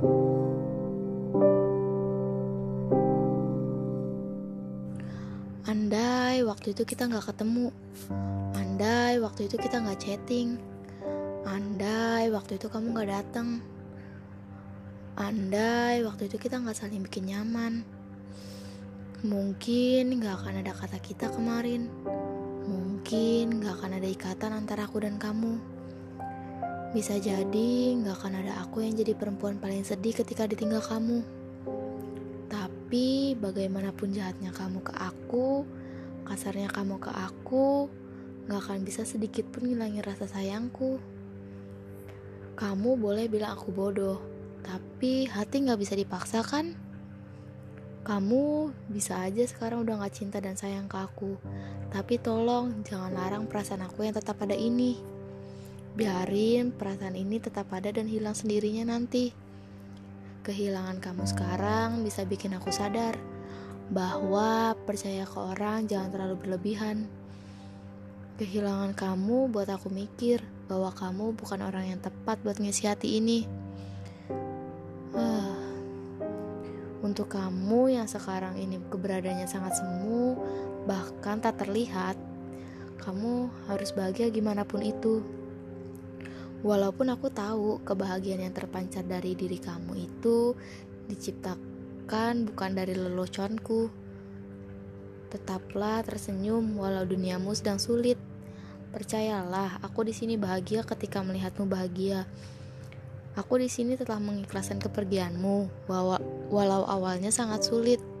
Andai waktu itu kita gak ketemu, andai waktu itu kita gak chatting, andai waktu itu kamu gak datang, andai waktu itu kita gak saling bikin nyaman. Mungkin gak akan ada kata kita kemarin, mungkin gak akan ada ikatan antara aku dan kamu. Bisa jadi gak akan ada aku yang jadi perempuan paling sedih ketika ditinggal kamu. Tapi bagaimanapun jahatnya kamu ke aku, kasarnya kamu ke aku, gak akan bisa sedikit pun ngilangin rasa sayangku. Kamu boleh bilang aku bodoh, tapi hati gak bisa dipaksa kan? Kamu bisa aja sekarang udah gak cinta dan sayang ke aku, tapi tolong jangan larang perasaan aku yang tetap ada ini. Biarin perasaan ini tetap ada dan hilang sendirinya nanti. Kehilangan kamu sekarang bisa bikin aku sadar bahwa percaya ke orang jangan terlalu berlebihan. Kehilangan kamu buat aku mikir bahwa kamu bukan orang yang tepat buat ngisi hati ini. Untuk kamu yang sekarang ini keberadaannya sangat semu, bahkan tak terlihat, kamu harus bahagia gimana pun itu. Walaupun aku tahu kebahagiaan yang terpancar dari diri kamu itu diciptakan bukan dari leluconku. Tetaplah tersenyum walau duniamu sedang sulit. Percayalah, aku di sini bahagia ketika melihatmu bahagia. Aku di sini telah mengikhlaskan kepergianmu, walau awalnya sangat sulit.